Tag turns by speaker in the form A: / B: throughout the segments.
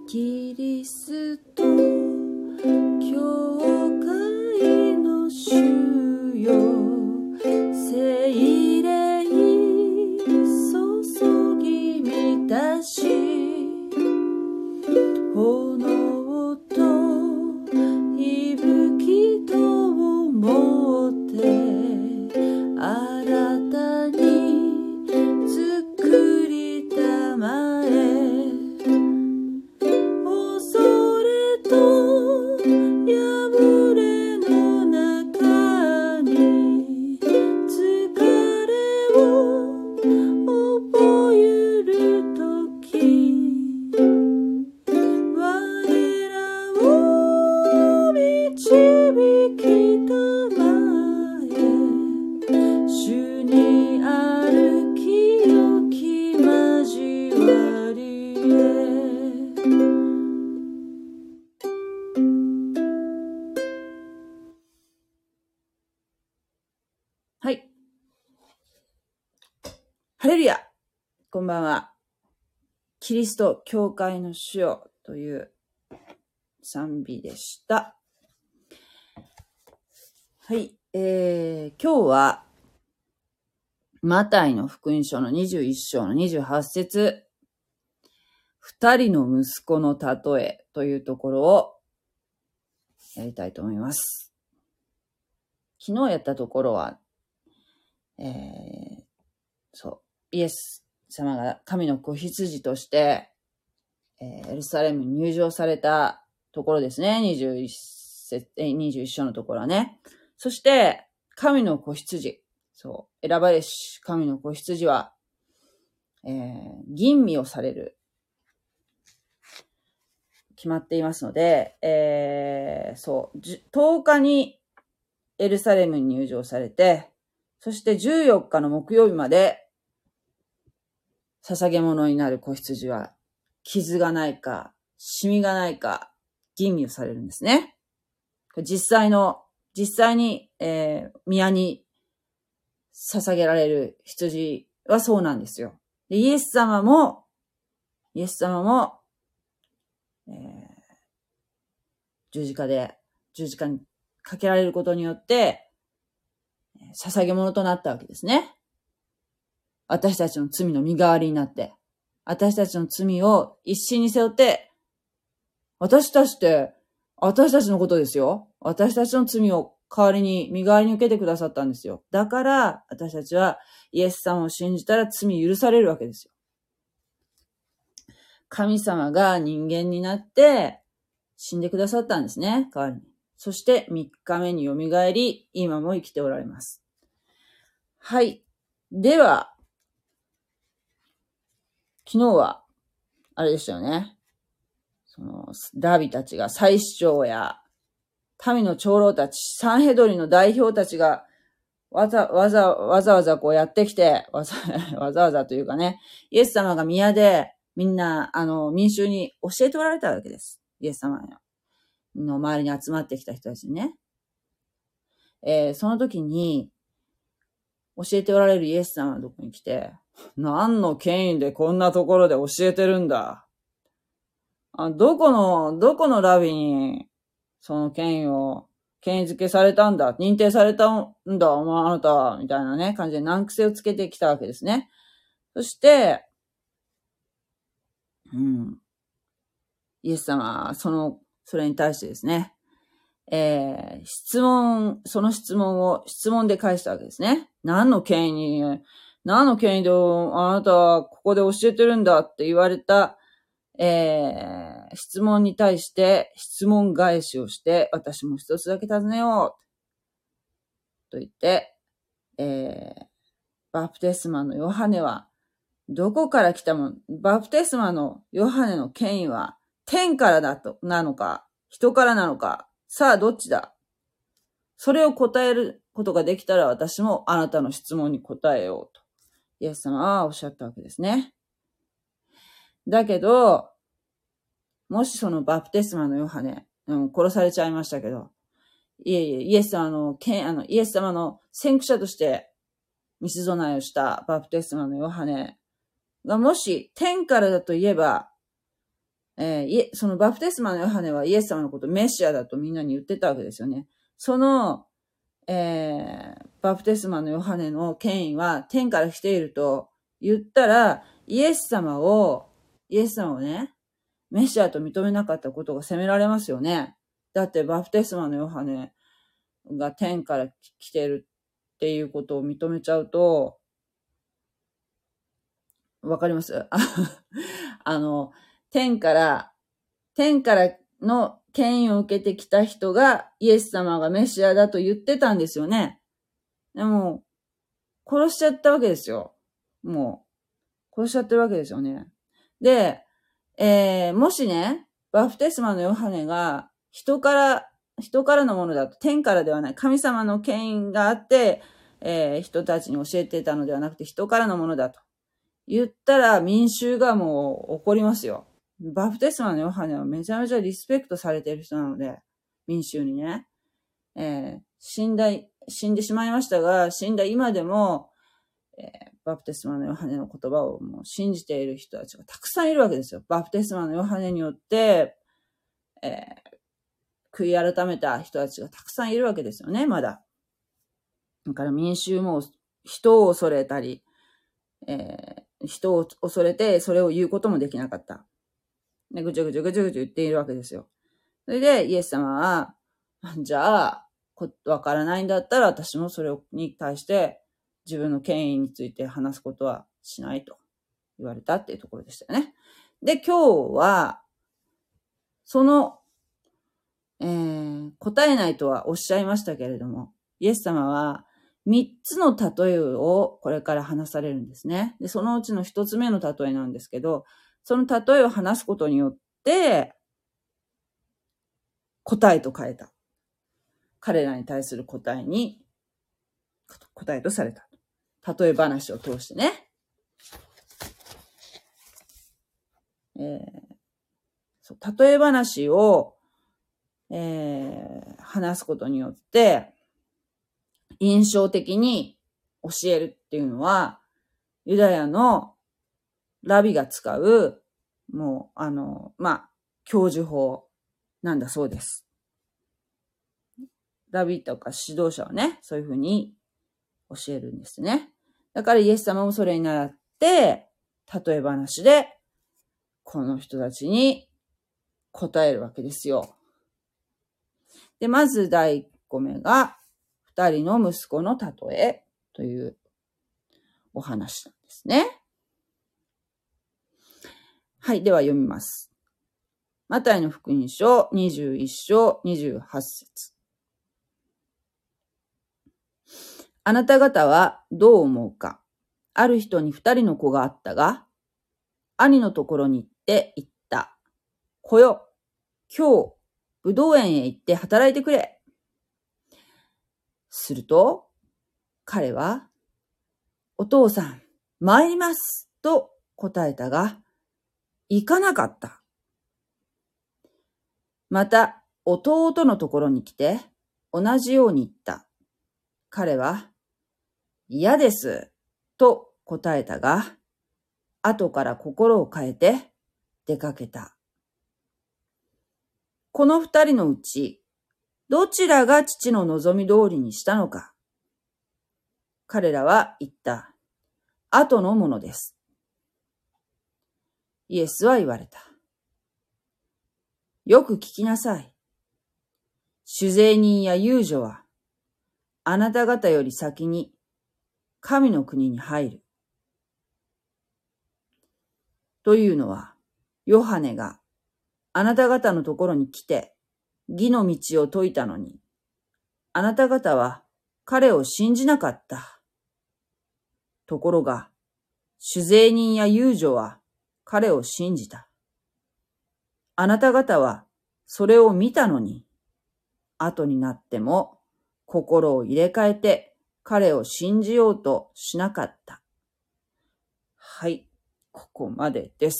A: キリスト教会の主よ、聖霊注ぎ満たし、炎と息吹とをもって新たに作りたまえ、恐れと破れの中に疲れを覚えるとき、我らを導きたまえ、主に歩きよき交わりへ。はい。ハレルヤ。こんばんは。キリスト教会の主よという賛美でした。はい。今日はマタイの福音書の21章の28節、二人の息子の例えというところをやりたいと思います。昨日やったところは、イエス様が神の子羊として、エルサレムに入場されたところですね。21章のところはね。そして、神の子羊。選ばれし神の子羊は、吟味をされる。決まっていますので、10日にエルサレムに入場されて、そして14日の木曜日まで、捧げ物になる子羊は、傷がないか、シミがないか、吟味をされるんですね。実際に、宮に捧げられる羊はそうなんですよ。で、イエス様も、十字架にかけられることによって、捧げ物となったわけですね。私たちの罪の身代わりになって、私たちの罪を一身に背負って、私たちのことですよ。私たちの罪を代わりに、身代わりに受けてくださったんですよ。だから、私たちはイエス様を信じたら罪許されるわけですよ。神様が人間になって死んでくださったんですね。代わりに。そして3日目によみがえり、今も生きておられます。はい。では、昨日は、あれでしたよね。ラビたちが祭司長や民の長老たち、サンヘドリの代表たちがわざわざこうやってきて、わざわざというかね、イエス様が宮でみんな、民衆に教えておられたわけです。イエス様の周りに集まってきた人たちにね。その時に、教えておられるイエス様のとこに来て、何の権威でこんなところで教えてるんだ。どこのラビに、その権威づけされたんだ、認定されたんだ、お前あなた、みたいなね、感じで難癖をつけてきたわけですね。そして、イエス様は、それに対してですね、その質問を質問で返したわけですね。何の権威であなたはここで教えてるんだって言われた、質問に対して質問返しをして、私も一つだけ尋ねようと言って、バプテスマのヨハネはどこから来たもの？バプテスマのヨハネの権威は天からなのか、人からなのか、さあどっちだ？それを答えることができたら私もあなたの質問に答えようとイエス様はおっしゃったわけですね。だけど、もしそのバプテスマのヨハネ、殺されちゃいましたけど、イエス様の先駆者として御子備えをしたバプテスマのヨハネがもし天からだと言えば、 そのバプテスマのヨハネはイエス様のことをメシアだとみんなに言ってたわけですよね。その、バプテスマのヨハネの権威は天から来ていると言ったら、イエス様をね、メシアと認めなかったことが責められますよね。だってバプテスマのヨハネが天から来ているっていうことを認めちゃうと、わかります天からの権威を受けてきた人がイエス様がメシアだと言ってたんですよね。でも、殺しちゃったわけですよ。もう、殺しちゃってるわけですよね。で、もしね、バプテスマのヨハネが人からのものだと、天からではない、神様の権威があって、人たちに教えてたのではなくて人からのものだと言ったら民衆がもう怒りますよ。バプテスマのヨハネはめちゃめちゃリスペクトされている人なので、民衆にね、死んでしまいましたが、死んだ今でも、バプテスマのヨハネの言葉をもう信じている人たちがたくさんいるわけですよ。バプテスマのヨハネによって、悔い改めた人たちがたくさんいるわけですよね、まだ。だから民衆も人を恐れたり、人を恐れてそれを言うこともできなかった。で、ぐちゃぐちゃ言っているわけですよ。それでイエス様は、じゃあ、わからないんだったら私もそれに対して自分の権威について話すことはしないと言われたっていうところでしたよね。で、今日は、その、答えないとはおっしゃいましたけれども、イエス様は3つの例えをこれから話されるんですね。で、そのうちの1つ目の例えなんですけど、その例えを話すことによって、答えと変えた。彼らに対する答えとされた。例え話を通してね。例え話を、話すことによって、印象的に教えるっていうのは、ユダヤのラビが使う、もう、教授法なんだそうです。ラビとか指導者はね、そういうふうに教えるんですね。だからイエス様もそれに倣って、例え話で、この人たちに答えるわけですよ。で、まず第1個目が、2人の息子の例えというお話なんですね。はい、では読みます。マタイの福音書21章28節。あなた方はどう思うか。ある人に2人の子があったが、兄のところに行って言った。子よ、今日、ぶどう園へ行って働いてくれ。すると、彼は、お父さん、参ります、と答えたが、行かなかった。また、弟のところに来て、同じように言った。彼は、嫌です、と答えたが、後から心を変えて出かけた。この2人のうち、どちらが父の望み通りにしたのか。彼らは言った。後のものです。イエスは言われた。よく聞きなさい。主税人や遊女は、あなた方より先に神の国に入る。というのは、ヨハネがあなた方のところに来て、義の道を説いたのに、あなた方は彼を信じなかった。ところが、主税人や遊女は彼を信じた。あなた方はそれを見たのに、後になっても心を入れ替えて彼を信じようとしなかった。はい、ここまでです。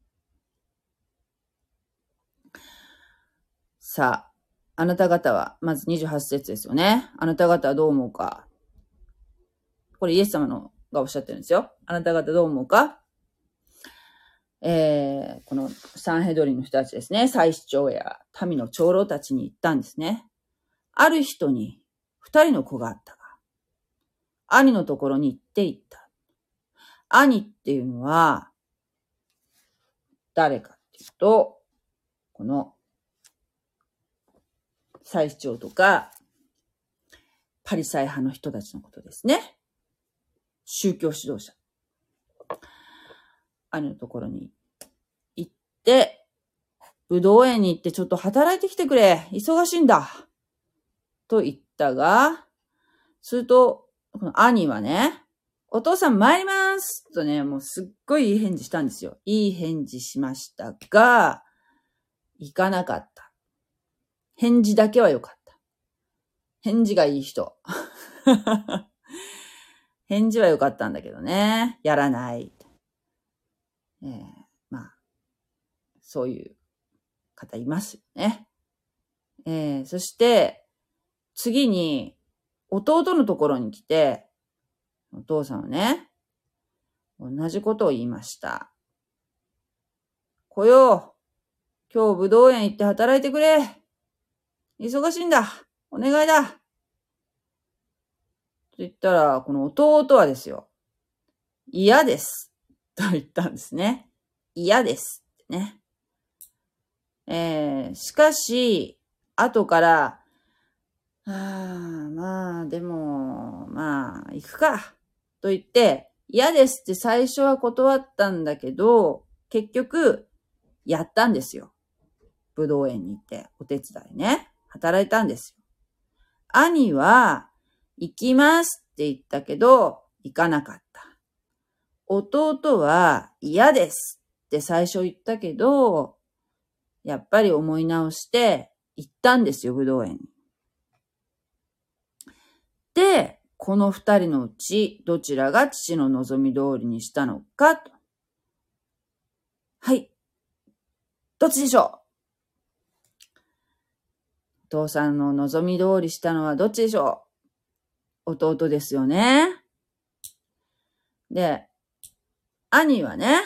A: さあ、あなた方は、まず28節ですよね。あなた方はどう思うか。これイエス様がおっしゃってるんですよ。あなた方どう思うか。 このサンヘドリンの人たちですね、祭司長や民の長老たちに言ったんですね。ある人に2人の子があったが、兄のところに行って言った。兄っていうのは、誰かっていうと、この祭司長とか、パリサイ派の人たちのことですね。宗教指導者。兄のところに行って、ぶどう園に行ってちょっと働いてきてくれ。忙しいんだ。と言ったが、すると、この兄はね、お父さん参りますとね、もうすっごいいい返事したんですよ。いい返事しましたが、行かなかった。返事だけは良かった。返事がいい人。返事は良かったんだけどね。やらない。まあ、そういう方いますよね。そして、次に、弟のところに来て、お父さんはね、同じことを言いました。来よう。今日ぶどう園行って働いてくれ。忙しいんだ。お願いだ。と言ったら、この弟はですよ。嫌です。と言ったんですね。嫌です。ってね。しかし、後から、まあ、でも、まあ、行くか。と言って、嫌ですって最初は断ったんだけど、結局、やったんですよ。ぶどう園に行って、お手伝いね。働いたんですよ。兄は、行きますって言ったけど、行かなかった。弟は、嫌ですって最初言ったけど、やっぱり思い直して、行ったんですよ、ぶどう園に。で、この2人のうち、どちらが父の望み通りにしたのかと。はい。どっちでしょう？お父さんの望み通りしたのはどっちでしょう？弟ですよね。で、兄はね、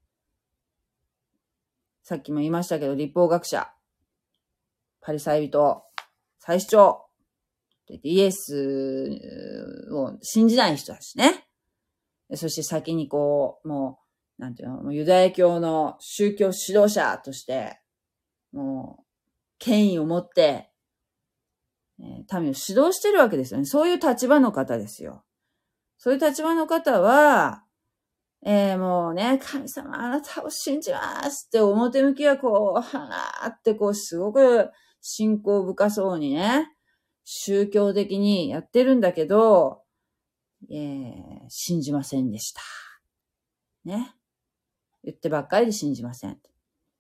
A: さっきも言いましたけど、立法学者、パリサイ人、祭司長、イエスを信じない人だしね。そして先にもう、なんていうの、ユダヤ教の宗教指導者として、もう、権威を持って、民を指導してるわけですよね。そういう立場の方ですよ。そういう立場の方は、もうね、神様あなたを信じますって表向きはってすごく信仰深そうにね、宗教的にやってるんだけど、信じませんでした。ね。言ってばっかりで信じません。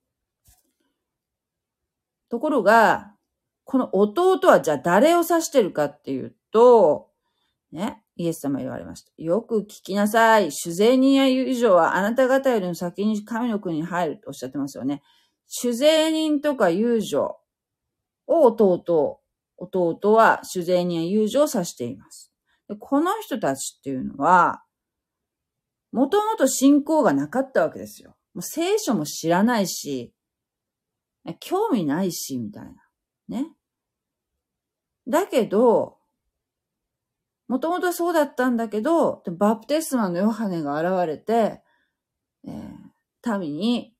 A: ところが、この弟はじゃあ誰を指してるかっていうと、ね、イエス様言われました。よく聞きなさい。主税人や遊女はあなた方よりも先に神の国に入るとおっしゃってますよね。主税人とか遊女を弟は主税人や遊女を指しています。でこの人たちっていうのは、もともと信仰がなかったわけですよ。もう聖書も知らないし、興味ないし、みたいな。ね。だけど、もともとそうだったんだけど、バプテスマのヨハネが現れて、民に、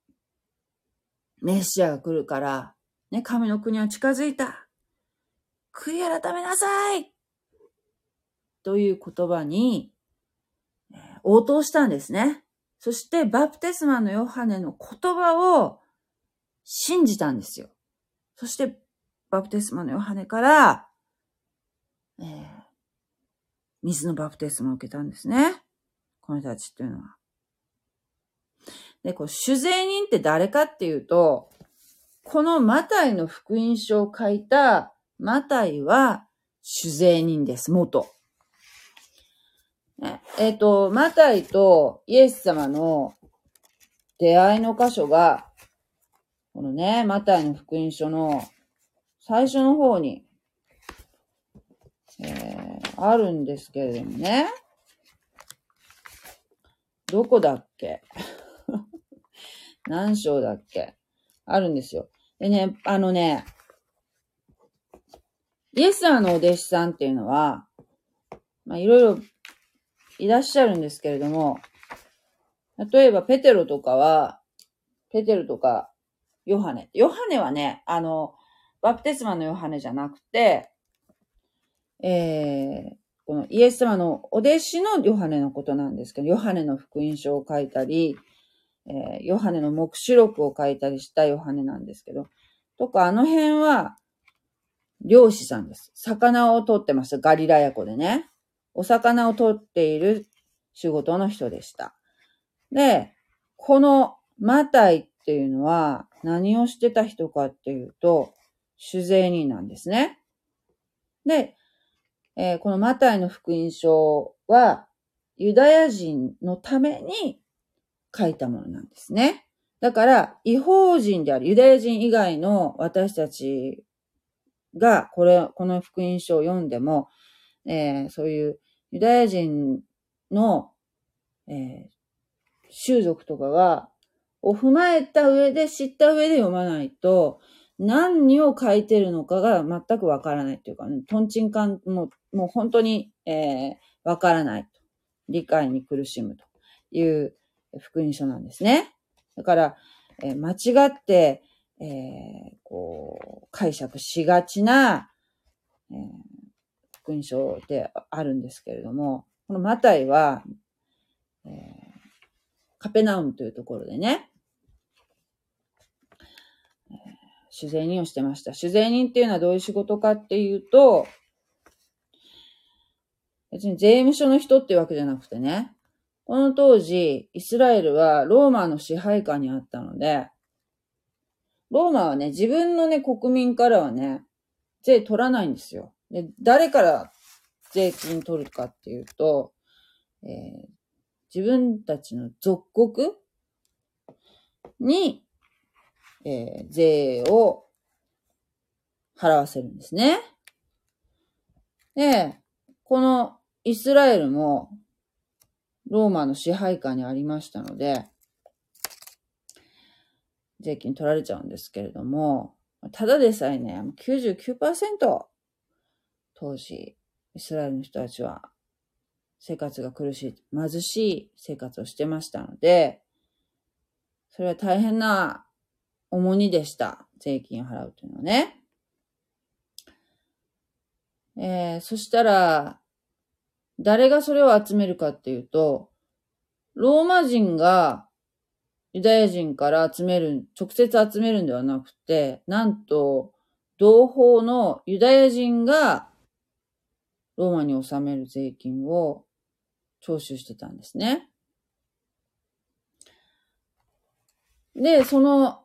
A: メシアが来るから、ね、神の国は近づいた。悔い改めなさいという言葉に、応答したんですね。そして、バプテスマのヨハネの言葉を信じたんですよ。そして、バプテスマのヨハネから、水のバプテスマを受けたんですね。この人たちっていうのは。で、主税人って誰かっていうと、このマタイの福音書を書いたマタイは主税人です、元。ね、マタイとイエス様の出会いの箇所が、このね、マタイの福音書の最初の方に、あるんですけれどもね。どこだっけ何章だっけあるんですよ。でね、イエス様のお弟子さんっていうのは、いろいろいらっしゃるんですけれども、例えばペテロとかヨハネ。ヨハネはね、バプテスマのヨハネじゃなくて、このイエス様のお弟子のヨハネのことなんですけど、ヨハネの福音書を書いたり、ヨハネの黙示録を書いたりしたヨハネなんですけど、とかあの辺は漁師さんです。魚を取ってました。ガリラヤ湖でね。お魚を取っている仕事の人でした。で、このマタイっていうのは何をしてた人かっていうと、主税人なんですね。で、このマタイの福音書はユダヤ人のために書いたものなんですね。だから、異邦人であるユダヤ人以外の私たちがこの福音書を読んでも、そういうユダヤ人の、習俗とかを踏まえた上で、知った上で読まないと、何を書いてるのかが全くわからないっていうか、ね、トンチンカンもう本当に、わからないと。理解に苦しむという福音書なんですね。だから、間違って、解釈しがちな、福音書であるんですけれども、このマタイは、カペナウムというところでね、主税人をしてました。主税人っていうのはどういう仕事かっていうと、別に税務署の人っていうわけじゃなくてね、この当時、イスラエルはローマの支配下にあったので、ローマはね、自分のね、国民からはね、税取らないんですよ。で、誰から税金取るかっていうと、自分たちの属国に、税を払わせるんですね。で、このイスラエルもローマの支配下にありましたので、税金取られちゃうんですけれども、ただでさえね、99% 当時、イスラエルの人たちは生活が苦しい、貧しい生活をしてましたので、それは大変な重荷でした。税金を払うというのはね。そしたら、誰がそれを集めるかっていうと、ローマ人がユダヤ人から直接集めるんではなくて、なんと、同胞のユダヤ人がローマに納める税金を徴収してたんですね。で、こ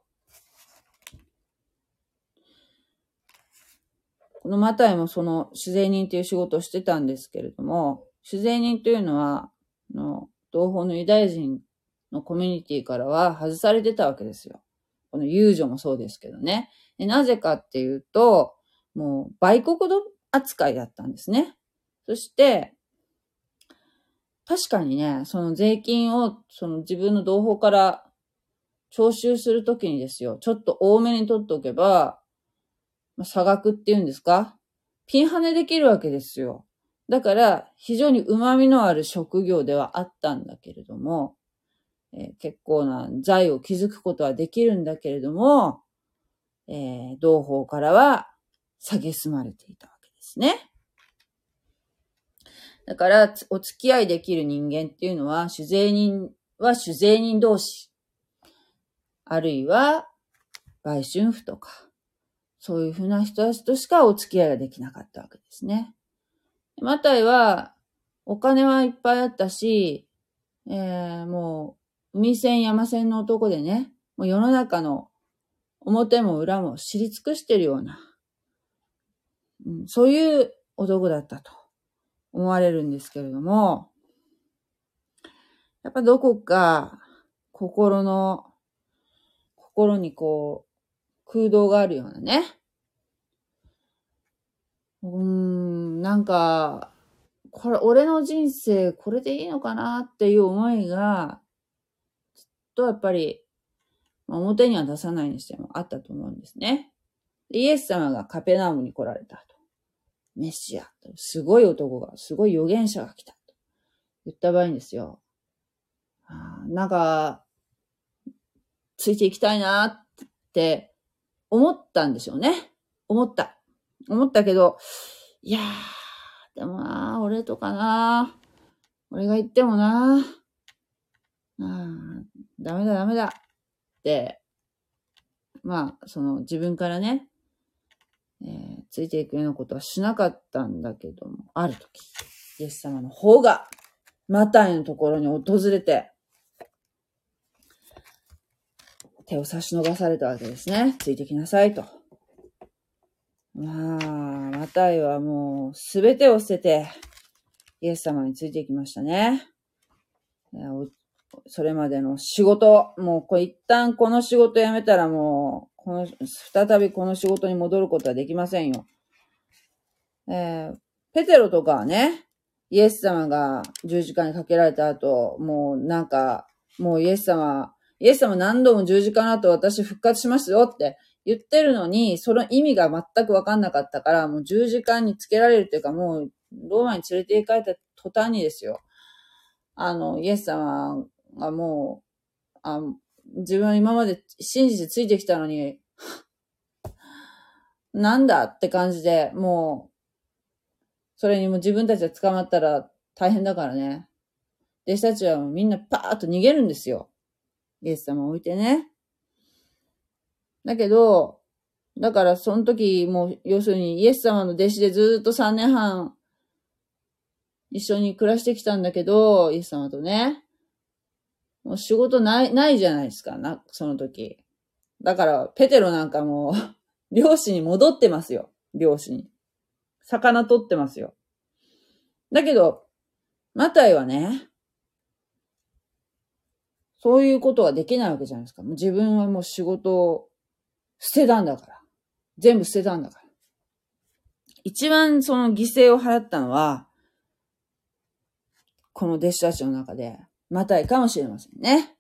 A: のマタイもその主税人という仕事をしてたんですけれども、主税人というのは、同胞のユダヤ人のコミュニティからは外されてたわけですよ。この遊女もそうですけどね。でなぜかっていうと、もう売国扱いだったんですね。そして、確かにね、その税金を自分の同胞から徴収するときにですよ、ちょっと多めに取っておけば、差額っていうんですか？ピンハネできるわけですよ。だから、非常に旨味のある職業ではあったんだけれども、結構な財を築くことはできるんだけれども、同胞からは蔑まれていたわけですね。だから、お付き合いできる人間っていうのは、主税人同士、あるいは、売春婦とか、そういうふうな人たちとしかお付き合いができなかったわけですね。マタイは、お金はいっぱいあったし、もう、海線山線の男でね、もう世の中の表も裏も知り尽くしてるような、そういう男だったと思われるんですけれども、やっぱどこか心に空洞があるようなね。なんか、俺の人生これでいいのかなっていう思いが、ずっとやっぱり表には出さないにしてもあったと思うんですね。イエス様がカペナウムに来られたと。メシア、すごい男が、すごい預言者が来たと言った場合にですよ。なんか、ついていきたいなって思ったんでしょうね。思ったけど、いやー、でもな、俺とかな、俺が言ってもな、ダメだって、自分からね、ついていくようなことはしなかったんだけども、ある時、イエス様の方が、マタイのところに訪れて、手を差し伸ばされたわけですね。ついてきなさいと。マタイはもうすべてを捨てて、イエス様についていきましたね。それまでの仕事、もう一旦この仕事辞めたらもう、再びこの仕事に戻ることはできませんよ。ペテロとかはね、イエス様が十字架にかけられた後、もうイエス様何度も十字架の後私復活しますよって言ってるのに、その意味が全くわかんなかったから、もう十字架につけられるというか、もうローマに連れて行かれた途端にですよ。イエス様がもう、自分は今まで信じてついてきたのに、なんだって感じで、もう、それにも自分たちが捕まったら大変だからね。弟子たちはみんなパーッと逃げるんですよ。イエス様を置いてね。だからその時も要するにイエス様の弟子でずっと3年半一緒に暮らしてきたんだけど、イエス様とね。もう仕事ないじゃないですか、その時。だからペテロなんかもう漁師に戻ってますよ。漁師に。魚取ってますよ。だけど、マタイはね、そういうことはできないわけじゃないですか。もう自分はもう仕事を捨てたんだから。全部捨てたんだから。一番その犠牲を払ったのは、この弟子たちの中で、マタイかもしれませんね。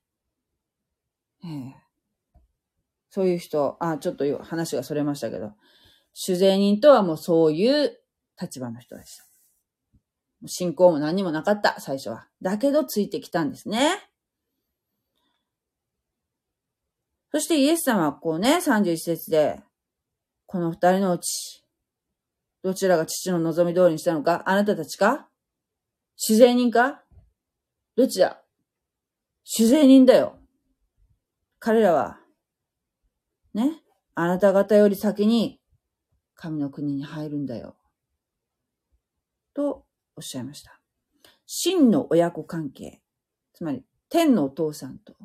A: そういう人、ちょっと話がそれましたけど、主税人とはもうそういう立場の人でした。信仰も何にもなかった、最初は。だけどついてきたんですね。そしてイエス様は31節で、この二人のうち、どちらが父の望み通りにしたのか、あなたたちか主税人かどちら主税人だよ。彼らは、あなた方より先に神の国に入るんだよ。とおっしゃいました。真の親子関係。つまり、天のお父さんと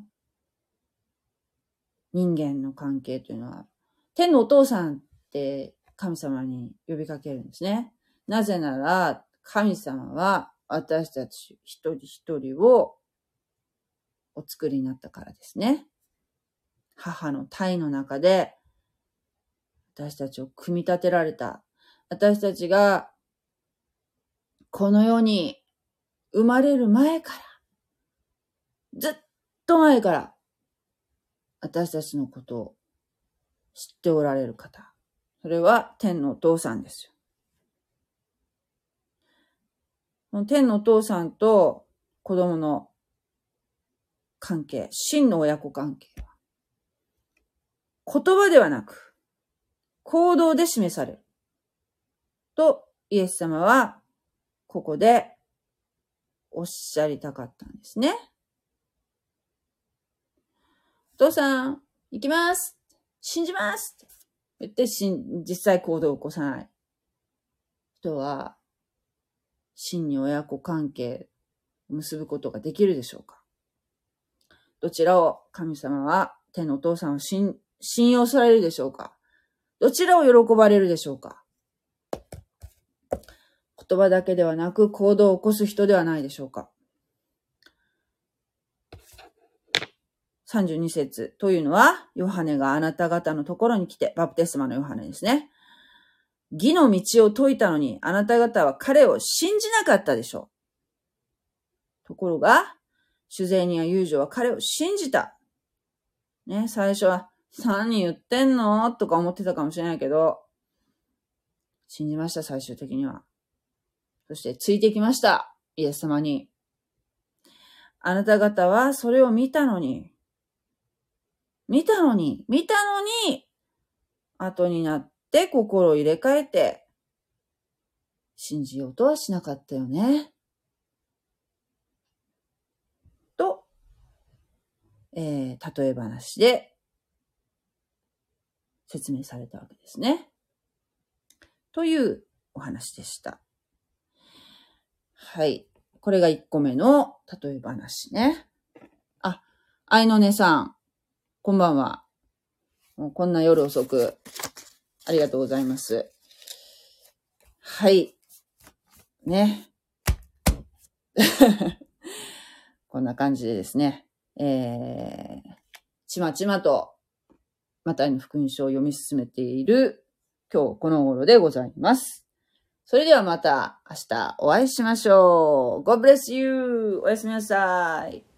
A: 人間の関係というのは、天のお父さんって神様に呼びかけるんですね。なぜなら、神様は私たち一人一人をお作りになったからですね。母の胎の中で私たちを組み立てられた。私たちがこの世に生まれる前から、ずっと前から私たちのことを知っておられる方。それは天のお父さんですよ。この天のお父さんと子供の関係、真の親子関係は、言葉ではなく、行動で示される。と、イエス様は、ここでおっしゃりたかったんですね。お父さん、行きます。信じますって言って、実際行動を起こさない人は、真に親子関係を結ぶことができるでしょうか。どちらを神様は天のお父さんを信用されるでしょうか。どちらを喜ばれるでしょうか。言葉だけではなく行動を起こす人ではないでしょうか。32節というのは、ヨハネがあなた方のところに来て、バプテスマのヨハネですね。義の道を説いたのに、あなた方は彼を信じなかったでしょう。ところが、主税人や遊女は彼を信じた。 ね、最初は、何言ってんのとか思ってたかもしれないけど、信じました、最終的には。そして、ついてきました、イエス様に。あなた方はそれを見たのに、後になって心を入れ替えて、信じようとはしなかったよね。と、例え話で説明されたわけですね。というお話でした。はい。これが1個目の例え話ね。あ、愛のねさん、こんばんは。もうこんな夜遅く、ありがとうございます。はい。ね。こんな感じでですね。ちまちまと、マタイの福音書を読み進めている今日この頃でございます。それではまた明日お会いしましょう。God bless you! おやすみなさい。